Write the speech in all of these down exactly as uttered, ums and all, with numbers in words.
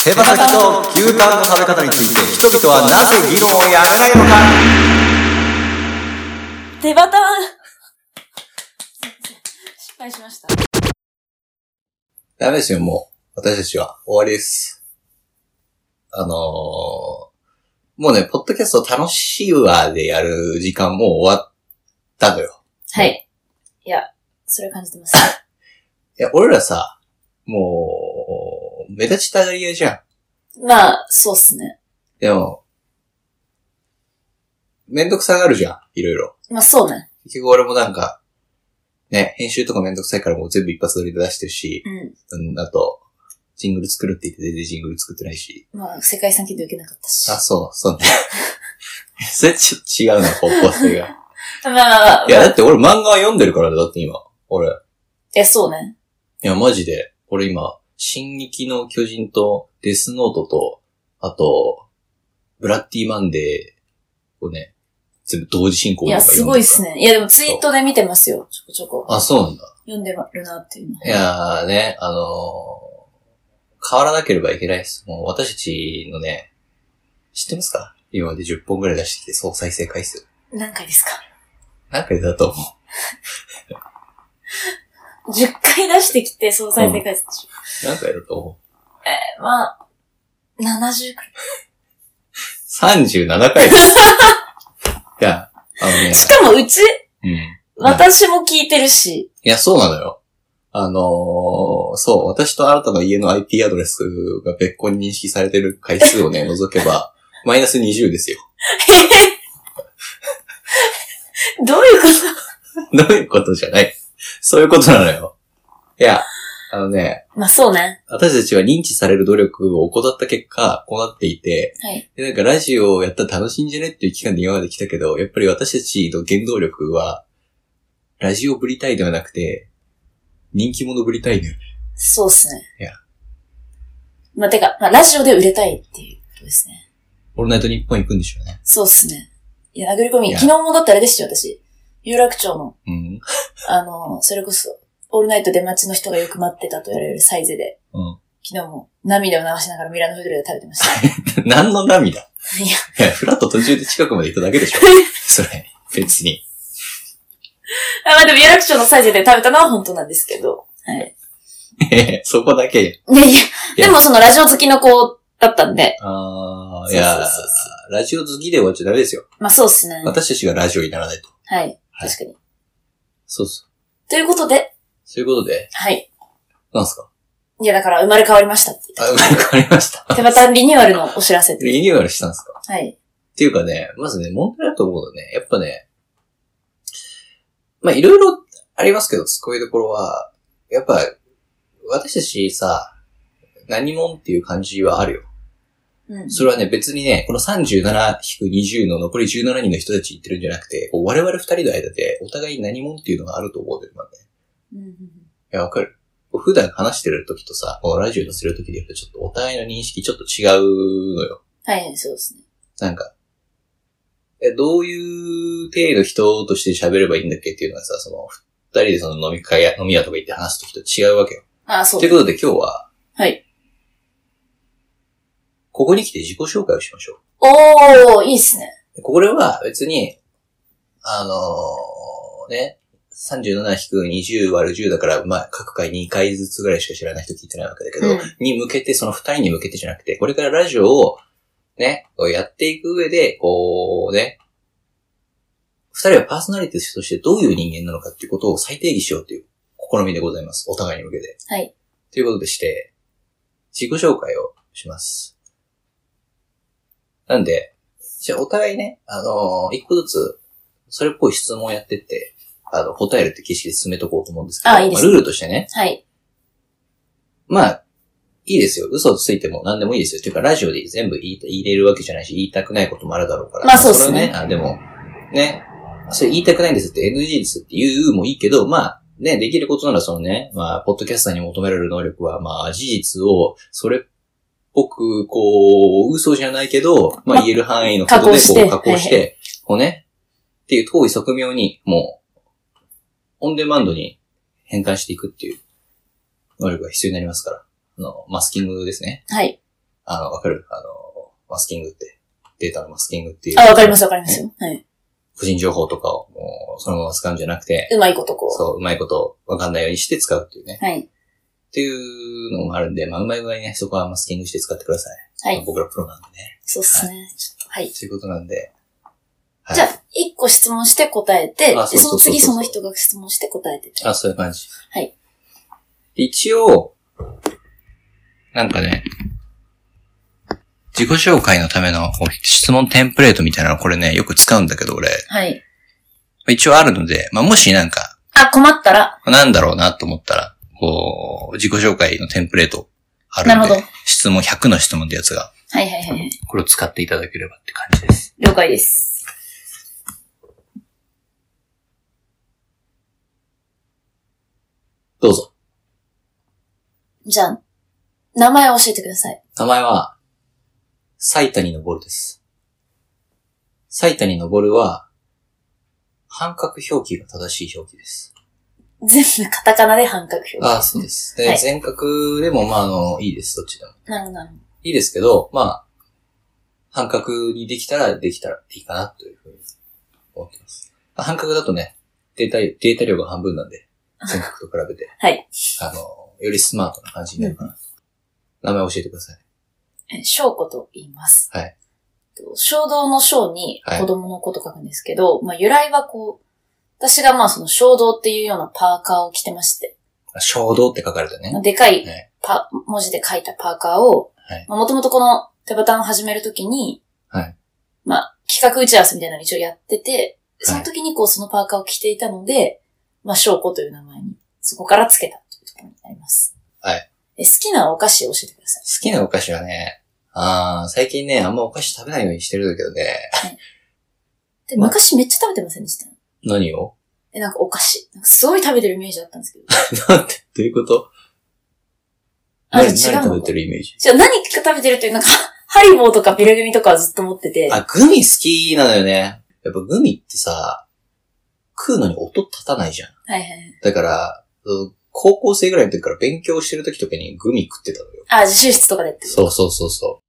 手羽先と牛タンの食べ方について人々はなぜ議論をやめないのか。 手羽タン失敗しました。 ダメですよ、もう。私たちは終わりです。あのー、もうね、ポッドキャスト楽しいわでやる時間もう終わったのよ。 はい。いや、それ感じてます。 いや、俺らさ、もう、目立ちたがり屋じゃん。まあ、そうっすね。 でも、めんどくさがるじゃん、いろいろ。 まあそうね。 結局俺もなんか、ね、編集とかめんどくさいからもう全部一発撮りで出してるし、うん。うん、あと、ジングル作るって言って全然ジングル作ってないし。 まあ、世界遺産検定受けなかったし。 あ、そう、そうね。それちょっと違うな、方向性が。 まあまあまあ。 いや、だって俺漫画読んでるからだって今、俺。 え、そうね。 いや、マジで、俺今、進撃の巨人とデスノートと、あと、ブラッディマンデーをね、全部同時進行で。 いや、すごいっすね。いや、でもツイートで見てますよ、ちょこちょこ。 あ、そうなんだ。 読んでるなっていうの。 いやーね、あのー、変わらなければいけないです。もう私たちのね、知ってますか？今までじゅっぽんぐらい出してきて、総再生回数。 何回ですか？ 何回だと思う。じゅっかい出してきて、総再生回数でしょ。 うん、何回だと思う？ えー、まあ、ななじゅうくらい。 さんじゅうななかいです。いや、あのね。 しかもうち、 うん、 私も聞いてるし。 いや、そうなのよ。あのー、そう、私とあなたの家の アイピー アドレスが別個に認識されてる回数をね、除けば、マイナスにじゅうですよ。 どういうことどういうことじゃない。そういうことなのよ。いや、あのね。 まあそうね。 私たちは認知される努力を怠った結果、こうなっていて、 はい。 で、なんかラジオをやったら楽しいんじゃねっていう期間で今まで来たけど、やっぱり私たちの原動力は、ラジオぶりたいではなくて、人気者ぶりたいのよね。 そうっすね。 いや。 まあ、てか、まあ、ラジオで売れたいっていうことですね。 オールナイトニッポン行くんでしょうね。 そうっすね。いや、殴り込み、昨日もだったらあれですよ、私。有楽町の、 うん、 あの、それこそ、オールナイト出待ちの人がよく待ってたと言われるサイゼで、 うん、 昨日も涙を流しながらミラノフードで食べてました。 何の涙？ いや、いや、フラット途中で近くまで行っただけでしょ。それ、別に。 あ、まあでも有楽町のサイゼで食べたのは本当なんですけど、はい。 えそこだけ。 いやいや、でもそのラジオ好きの子だったんで。 ああ、いや、ラジオ好きで終わっちゃダメですよ。 まあそうっすね。 私たちがラジオにならないと。 はい。はい、確かに。 そうそう。 ということで。 そういうことで。 はい。 なんすか？ いや、だから生まれ変わりましたって言った。 あ、生まれ変わりました。 手羽タンリニューアルのお知らせ。 リニューアルしたんですか？ はい。 っていうかね、まずね、問題だと思うのね、やっぱね、まあいろいろありますけど、ツッコミどころは、やっぱ、私たちさ、何者っていう感じはあるよ。うん、それはね、別にね、この さんじゅうななひくにじゅう の残りじゅうななにんの人たち言ってるんじゃなくて、こう我々二人の間でお互い何者っていうのがあると思うんだよ、ね。うん、いや、わかる。普段話してる時とさ、このラジオのする時で言うとちょっとお互いの認識ちょっと違うのよ。 はい、そうですね。 なんか、え、どういう体の人として喋ればいいんだっけっていうのはさ、その、二人でその飲み会や、飲み屋とか行って話す時と違うわけよ。 ああ、そう。 ということで今日は、 はい。 ここに来て自己紹介をしましょう。 おー、いいっすね。 これは別に、あのー、ね、さんじゅうななひくにじゅうわるじゅうだから、まあ、各回にかいずつぐらいしか知らない人聞いてないわけだけど、うん、に向けて、その二人に向けてじゃなくて、これからラジオを、ね、やっていく上で、こうね、二人はパーソナリティとしてどういう人間なのかっていうことを再定義しようという試みでございます。お互いに向けて。 はい。 ということでして、自己紹介をします。なんで、じゃあお互いね、あのー、一個ずつ、それっぽい質問をやってって、あの、答えるって形式で進めとこうと思うんですけど、 あ、いいですね。 まあ、ルールとしてね。 はい。 まあ、いいですよ。嘘ついても何でもいいですよ。っていうか、ラジオで全部言い、言いれるわけじゃないし、言いたくないこともあるだろうから。 まあそうですね。 それはね、あ、でも、ね、それ言いたくないんですって エヌジー ですって言うもいいけど、まあ、ね、できることならそのね、まあ、ポッドキャスターに求められる能力は、まあ、事実を、それっぽく、こう、嘘じゃないけど、まあ、言える範囲のことで、こう、加工して、こうね、っていう遠い側面に、もう、オンデマンドに変換していくっていう能力が必要になりますから。あの、マスキングですね。 はい。 あの、わかるあの、マスキングって。データのマスキングっていう。 あ、わかりますわかりますよ。はい。 個人情報とかをもうそのまま使うんじゃなくて。 うまいことこう。 そう、うまいことわかんないようにして使うっていうね。 はい。 っていうのもあるんで、まあ、うまい具合にね、そこはマスキングして使ってください。はい。僕らプロなんでね。 そうっすね。はい、ちょっと、はい。 ということなんで。 はい、じゃあ、一個質問して答えて、で、その次その人が質問して答えて。 あ、そういう感じ。 はい。 一応、なんかね、自己紹介のための質問テンプレートみたいなのこれね、よく使うんだけど、俺。 はい。 一応あるので、まあ、もしなんか。 あ、困ったら。 なんだろうなと思ったら、こう、自己紹介のテンプレートあるんで。なるほど。質問ひゃくの質問ってやつが。 はいはいはい。 これを使っていただければって感じです。 了解です。 どうぞ。 じゃあ、名前を教えてください。 名前は、斉谷昇です。斉谷昇は、半角表記が正しい表記です。 全部カタカナで半角表記です、ね。 ああ、そうです。で、はい、全角でも、まあ、あの、いいです、どっちでも。 なるほど、なるほど。 いいですけど、まあ、半角にできたらできたらいいかな、というふうに思ってます。半角だとね、データ、データ量が半分なんで、全角と比べて。はい。あの、よりスマートな感じになるかな。うん、名前を教えてください。 え、翔子と言います。 はい。 衝動の衝に子供の子と書くんですけど、はい、まあ由来はこう、私がまあその衝動っていうようなパーカーを着てまして。 衝動って書かれたね。 でかいパ、はい、文字で書いたパーカーを、はい、まあもともとこの手ボタンを始めるときに、はい、まあ企画打ち合わせみたいなのを一応やってて、その時にこうそのパーカーを着ていたので、まあ翔子という名前に、そこからつけたというところになります。はい。好きなお菓子を教えてください。 好きなお菓子はね、ああ、最近ね、あんまお菓子食べないようにしてるんだけどね。はい。 で、昔めっちゃ食べてませんでした？ 何を？ え、なんかお菓子。なんかすごい食べてるイメージあったんですけど。なんて、どういうこと？あ、何、何食べてるイメージ？ じゃあ何か食べてるという、なんか、ハリボーとかピルグミとかはずっと持ってて。 あ、グミ好きなのよね。やっぱグミってさ、食うのに音立たないじゃん。 はいはい。 だから、高校生ぐらいの時から勉強してる時とかにグミ食ってたのよ。 あ、自習室とかでってこと？ そうそうそうそう。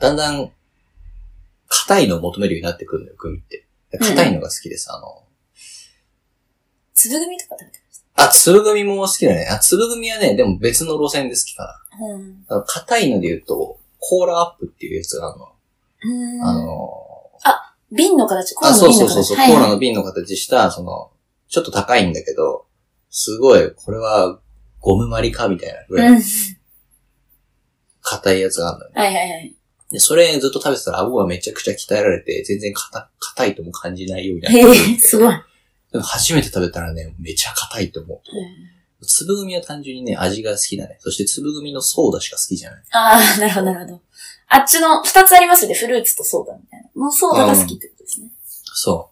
だんだん、硬いのを求めるようになってくるのよ、グミって。硬いのが好きです、うん、あの。 粒グミとか食べてました？ あ、粒グミも好きだね。あ、粒グミはね、でも別の路線で好きかな。うん。あの硬いので言うと、コーラアップっていうやつがあるの。うん。あのー、あ、瓶の形、 コーラの瓶の形。あ、そうそうそうそう、はいはい、コーラの瓶の形した、その、ちょっと高いんだけど、すごい、これはゴムマリかみたいなぐらい。硬いやつがあるのよ、ね。 はいはいはい。 で、それずっと食べてたら顎がめちゃくちゃ鍛えられて、全然硬、硬いとも感じないようになって。 へえ、すごい。 でも初めて食べたらね、めちゃ硬いと思う。粒グミは単純にね、味が好きだね。そして粒グミのソーダしか好きじゃない。 ああ、なるほどなるほど。あっちの二つありますよね、フルーツとソーダみたいな。もうソーダが好きってことですね。うん、 そう。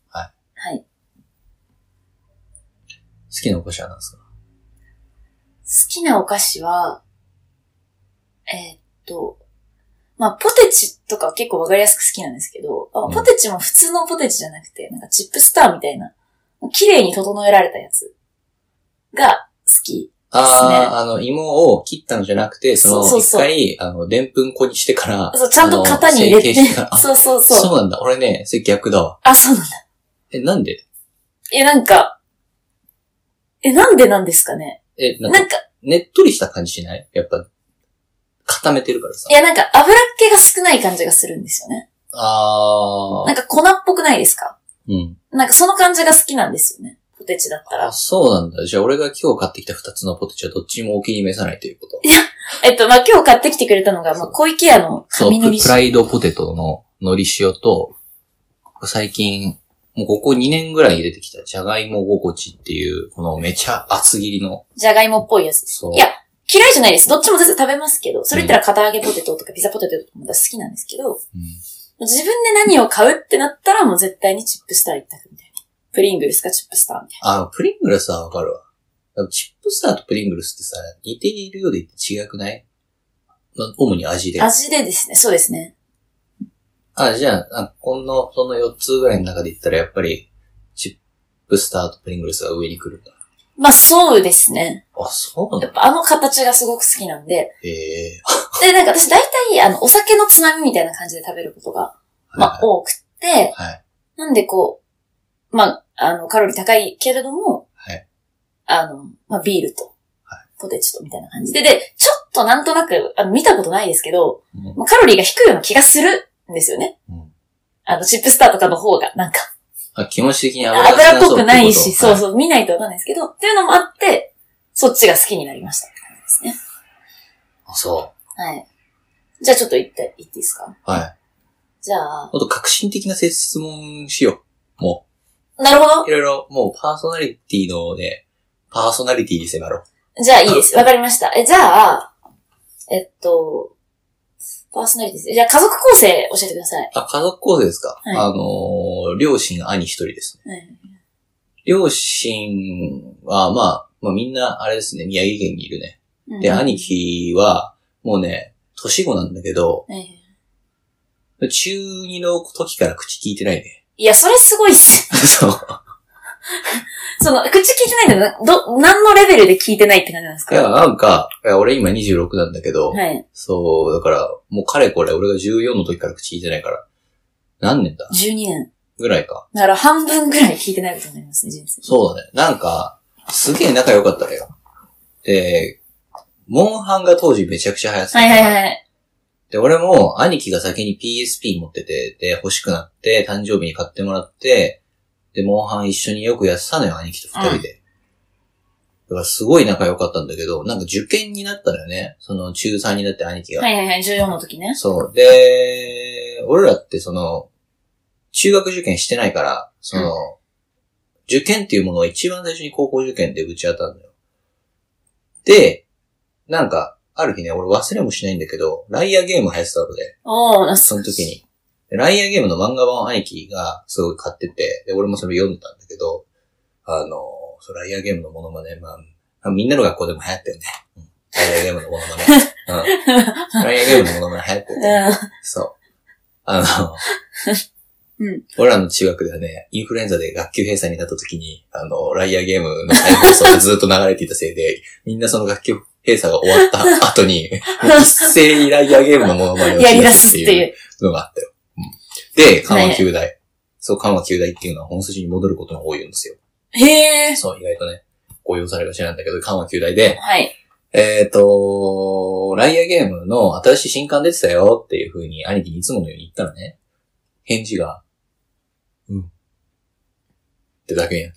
はい。 はい。 好きなお菓子は何ですか？ 好きなお菓子は、えー、っと、まあ、ポテチとか結構わかりやすく好きなんですけど、うん、ポテチも普通のポテチじゃなくて、なんかチップスターみたいな、綺麗に整えられたやつが好きですね。 ああ、あの、芋を切ったのじゃなくて、その、そうそうそう、一回、あの、でんぷん粉にしてから、 そう、ちゃんと型に入れて、そうそうそう。 そうなんだ。俺ね、それ逆だわ。 あ、そうなんだ。 え、なんで？ え、なんか、え、なんでなんですかね？ え、なんか、なんかねっとりした感じしない？やっぱ、固めてるからさ。 いや、なんか油っ気が少ない感じがするんですよね。 あー。 なんか粉っぽくないですか？ うん。 なんかその感じが好きなんですよね。ポテチだったら。 あ、そうなんだ。じゃあ俺が今日買ってきた二つのポテチはどっちもお気に召さないということ？ いや、えっと、まあ、今日買ってきてくれたのが、まあ、小池屋の紙のり塩。 そう、プライドポテトののり塩と、最近、もうここにねんぐらいに出てきたじゃがいも心地っていう、このめちゃ厚切りの。 じゃがいもっぽいやつです。そう。いや、嫌いじゃないです。どっちも全然食べますけど、それ言ったら片揚げポテトとかピザポテトとかも好きなんですけど、うん、自分で何を買うってなったらもう絶対にチップスター一択みたいな。プリングルスかチップスターみたいな。 あ、プリングルスはわかるわ。チップスターとプリングルスってさ、似ているようで違くない？主に味で。 味でですね、そうですね。 あ、じゃあ、この、そのよっつぐらいの中で言ったらやっぱり、チップスターとプリングルスが上に来るんだ。 まあそうですね。 あ、そうなんだ。 やっぱあの形がすごく好きなんで。 へえ。 で、なんか私大体、あの、お酒のつまみみたいな感じで食べることが、まあ多くて、はい。なんでこう、まあ、あの、カロリー高いけれども、はい。あの、まあビールと、ポテチとみたいな感じで、で、ちょっとなんとなく、あの、見たことないですけど、うん、まあ、カロリーが低いような気がするんですよね。うん、あの、チップスターとかの方が、なんか。 あ、気持ち的に油油っぽくないし、そうそう、見ないとわかんないですけど、っていうのもあって、そっちが好きになりましたって感じですね。 あ、そう。 はい。じゃあちょっと言って、言っていいですか？ はい。 じゃあ。 もっと革新的な質問しよう。もう。なるほど。 いろいろ、もうパーソナリティのね、パーソナリティに迫ろう。じゃあいいです。わかりました。え、じゃあ、えっと、パーソナリティです。じゃあ家族構成教えてください。 あ、家族構成ですか？はい、あのー、両親、兄一人ですね。はい、両親は、まあ、まあみんな、あれですね、宮城県にいるね。うん、で、兄貴は、もうね、年子なんだけど、はい、中二の時から口聞いてないね。 いや、それすごいっす。 そう。 その、口聞いてないんだど、何のレベルで聞いてないって感じなんですか？ いや、なんか、いや俺今にじゅうろくなんだけど、はい。そう、だから、もうかれこれ俺がじゅうよんの時から口聞いてないから、何年だ ?じゅうに 年。ぐらいか。 だから半分ぐらい聞いてないことになりますね、人生。 そうだね。なんか、すげえ仲良かったのよ。で、モンハンが当時めちゃくちゃ流行ってた。はいはいはい。で、俺も兄貴が先に ピーエスピー 持ってて、で、欲しくなって、誕生日に買ってもらって、で、モンハン一緒によくやってたのよ、兄貴と二人で。うん、だからすごい仲良かったんだけど、なんか受験になったのよね。その中さんになって兄貴が。 はいはいはい、じゅうよんの時ね。 そう。で、俺らってその、中学受験してないから、その、うん、受験っていうものが一番最初に高校受験でぶち当たるのよ。で、なんか、ある日ね、俺忘れもしないんだけど、ライアーゲーム流行ってたので、 おー、 その時に。ライアーゲームの漫画版を兄貴がすごい買ってて、で、俺もそれ読んでたんだけど、あの、そうライアーゲームのものまね、まあ、みんなの学校でも流行ったよね。うん、ライアーゲームのものまね。うん。ライアーゲームのものまね流行ってるね。そう。あの、うん、俺らの中学ではね、インフルエンザで学級閉鎖になった時に、あの、ライアーゲームの再放送がずっと流れていたせいで、みんなその学級閉鎖が終わった後に、一斉にライアーゲームのものまねをやり出すっていうのがあったよ。うん、で、緩和九大。はい、そう、緩和九大っていうのは本筋に戻ることが多いんですよ。 へー。 そう、意外とね、応用されがちなんだけど、緩和九大で、 はい。 えっと、ライアーゲームの新しい新刊出てたよっていう風に兄貴にいつものように言ったらね、返事が、うん。ってだけになった。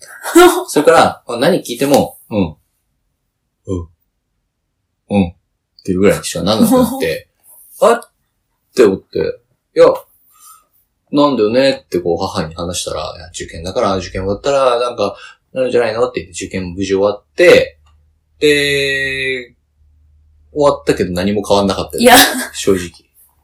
それから、何聞いても、うん。うん。うん。っていうぐらいにしかなんなくなって、あって思って、いや、なんだよねってこう母に話したら、いや受験だから受験終わったらなんかなるんじゃないのって言って受験も無事終わって、で、終わったけど何も変わんなかったよ。 いや。 正直。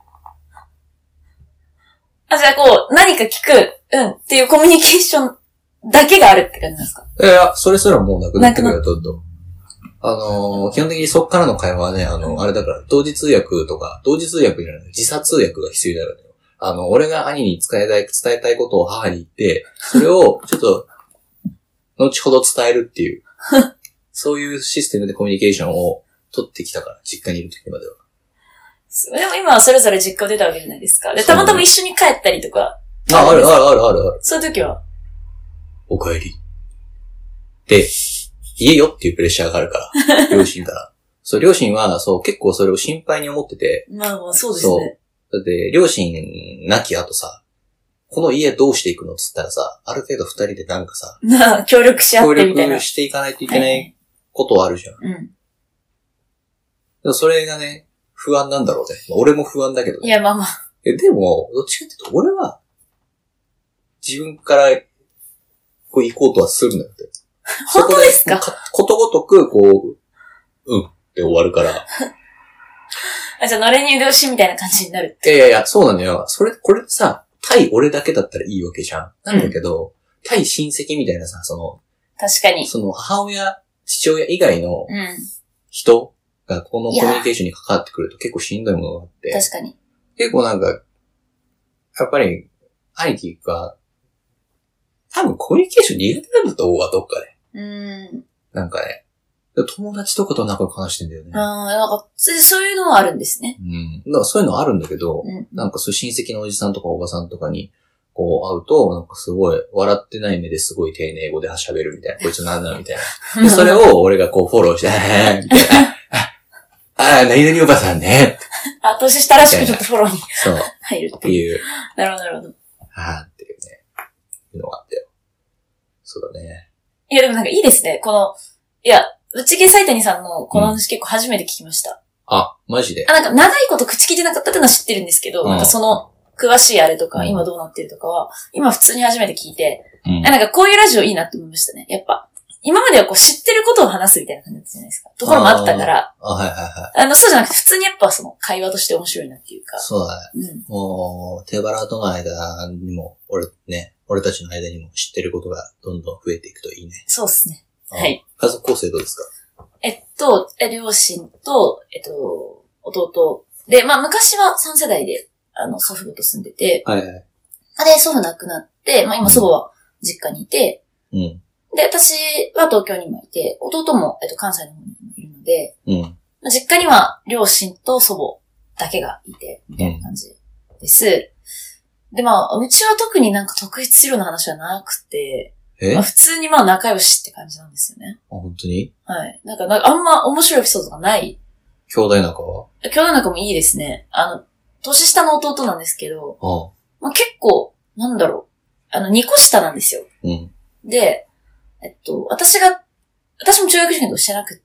あ、じゃあこう、何か聞く、うんっていうコミュニケーションだけがあるって感じなんですか？ いや、それすらもうなくなってくるよ、どんどん。あのー、基本的にそっからの会話はね、あの、あれだから、同時通訳とか、同時通訳じゃない、時差通訳が必要になるんだよ。あの、俺が兄に伝えたい、伝えたいことを母に言って、それをちょっと、後ほど伝えるっていう、そういうシステムでコミュニケーションを取ってきたから、実家にいる時までは。 でも今はそれぞれ実家出たわけじゃないですか。で、たまたま一緒に帰ったりとか。 あ、あるあるあるあるある。 そういう時はお帰り。で、言えよっていうプレッシャーがあるから、両親から。そう、両親は、そう、結構それを心配に思ってて。 まあまあ、そうですね。そう。 だって、両親亡き後さ、この家どうしていくのっつったらさ、ある程度二人でなんかさ、 なあ、協力し合ってみたいな。 協力していかないといけないことはあるじゃん。はい、うん。でもそれがね、不安なんだろうね。俺も不安だけどね。 いや、まあまあ。 え、でも、どっちかっていうと、俺は、自分から、こう行こうとはするんだよって。 本当ですか？ かことごとく、こう、うんって終わるから。 あ、じゃあ、のれんに腕押しみたいな感じになるって。 いやいやいや、そうなのよ。それ、これさ、対俺だけだったらいいわけじゃん。なんだけど、うん、対親戚みたいなさ、その、 確かに。 その、母親、父親以外の人がこのコミュニケーションに関わってくると結構しんどいものがあって。 確かに。 結構なんか、やっぱり、兄貴が、多分コミュニケーション苦手なんだと思うわ、どっかで。 うん。 なんかね、友達とかと仲良く話してんだよね。 ああ、なんか、そういうのはあるんですね。 うん。だからそういうのあるんだけど、 うん、 なんかそう親戚のおじさんとかおばさんとかに、こう会うと、なんかすごい、笑ってない目ですごい丁寧語で喋るみたいな。こいつなんだみたいな。で、それを俺がこうフォローして、みたいな。ああ、何々おばさんね。 あ、年下らしくちょっとフォローにそう。 入るっていう。 なるほど、なるほど。 ああ、っていうね。いうのがあったよ。そうだね。 いや、でもなんかいいですね。この、いや、うちげさいたにさんのこの話結構初めて聞きました。うん、 あ、マジで？ あ、なんか長いこと口聞いてなかったってのは知ってるんですけど、うん、なんかその、詳しいあれとか、今どうなってるとかは、今普通に初めて聞いて、うん、なんかこういうラジオいいなって思いましたね。やっぱ。今まではこう知ってることを話すみたいな感じだったじゃないですか。ところもあったから、 あ, あ、はいはいはい。 あの、そうじゃなくて普通にやっぱその会話として面白いなっていうか。 そうだね。うん、もう、手腹との間にも、俺ね、俺たちの間にも知ってることがどんどん増えていくといいね。 そうですね。はい。 家族構成どうですか？ えっと、両親と、えっと、弟。で、まあ昔はさん世代で、あの、祖父母と住んでて。はいはい。で、祖父亡くなって、まあ今祖母は実家にいて。うん。で、私は東京にもいて、弟も、えっと、関西の方にもいるので。うん。実家には両親と祖母だけがいて、みたいな感じです。うん、で、まあ、うちは特になんか特筆するような話はなくて。えまあ、普通にまあ仲良しって感じなんですよね。 あ、本当に？ はい。なんか、なんかあんま面白いエピソードがない。 兄弟仲は？ 兄弟仲もいいですね。あの、年下の弟なんですけど、ああまあ、結構、なんだろう。あの、にこ下なんですよ。うん。で、えっと、私が、私も中学受験としてなくって、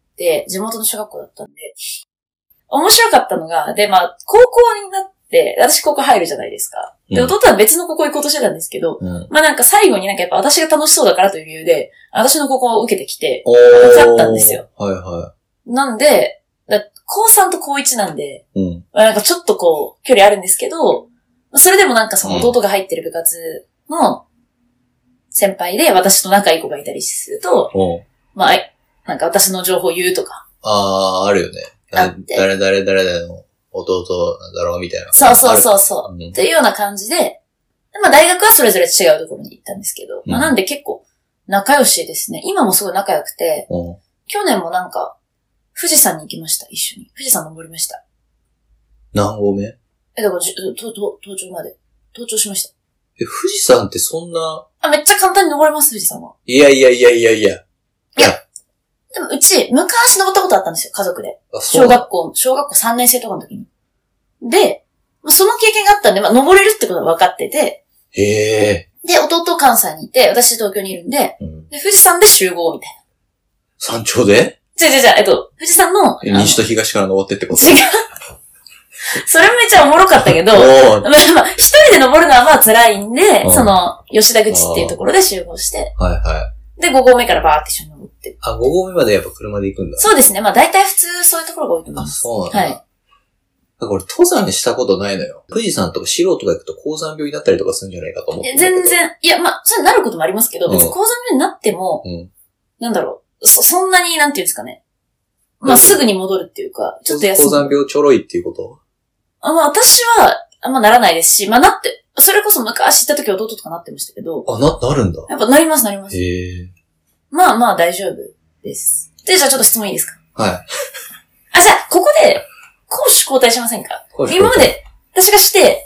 地元の小学校だったんで、面白かったのが、で、まあ、高校になって、私高校入るじゃないですか。で、弟は別の高校行こうとしてたんですけど、うん、まあなんか最後になんかやっぱ私が楽しそうだからという理由で、私の高校を受けてきて、受かったんですよ。はいはい。なんで、だ高さんと高いちなんで、うん、まあなんかちょっとこう、距離あるんですけど、それでもなんかその弟が入ってる部活の先輩で私と仲いい子がいたりすると、うん、まあ、なんか私の情報言うとか。 ああ、あるよね。誰誰誰々の弟なんだろうみたいな。 そうそうそうそう、うん。っていうような感じで、まあ大学はそれぞれ違うところに行ったんですけど、うん、まあなんで結構仲良しですね。今もすごい仲良くて、うん、去年もなんか富士山に行きました、一緒に。富士山登りました。 何合目？ え、だからじ、と、と、登頂まで。登頂しました。 え、富士山ってそんな。 あ、めっちゃ簡単に登れます、富士山は。 いやいやいやいやいや。 いや、でもうち、昔登ったことあったんですよ、家族で。小学校、小学校さんねん生とかの時に。で、その経験があったんで、まあ、登れるってことは分かってて。へえ。で、弟関西にいて、私東京にいるんで、うん、で富士山で集合みたいな。 山頂で？ 違う違う違う、えっと、富士山の。 西と東から登ってってこと？ 違う。それもめっちゃおもろかったけど、まあまあ、一人で登るのはまあ辛いんで、その、吉田口っていうところで集合して、はいはい。で、ご合目からバーって一緒に登って。 あ、ご合目までやっぱ車で行くんだ。 そうですね。まあ大体普通そういうところが多いと思います。 あ、そうなんだ。はい。だから俺登山にしたことないのよ。富士山とか素人が行くと高山病になったりとかするんじゃないかと思って。 全然。いや、まあ、それなることもありますけど、別に高山病になっても、うん、なんだろう、そ、そんなに、なんていうんですかね。まあ、すぐに戻るっていうか、ちょっと休む。 高山病ちょろいっていうこと？ あ、まあ私は、あんまならないですし、まあなって、それこそ昔行った時弟とかなってましたけど。 あ、な、なるんだ。 やっぱなりますなります。へえ。まあまあ大丈夫です。で、じゃあちょっと質問いいですか？はい。あ、じゃあ、ここで、攻守交代しませんか？今まで、私がして、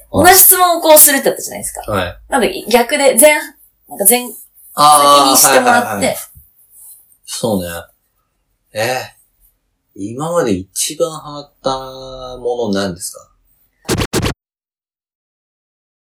同じ質問をこうするってやったじゃないですか。はい。なので、逆で、前、なんか前、先にしてもらって。はいはいはい、 そうね。えー、今まで一番ハマったもの何ですか？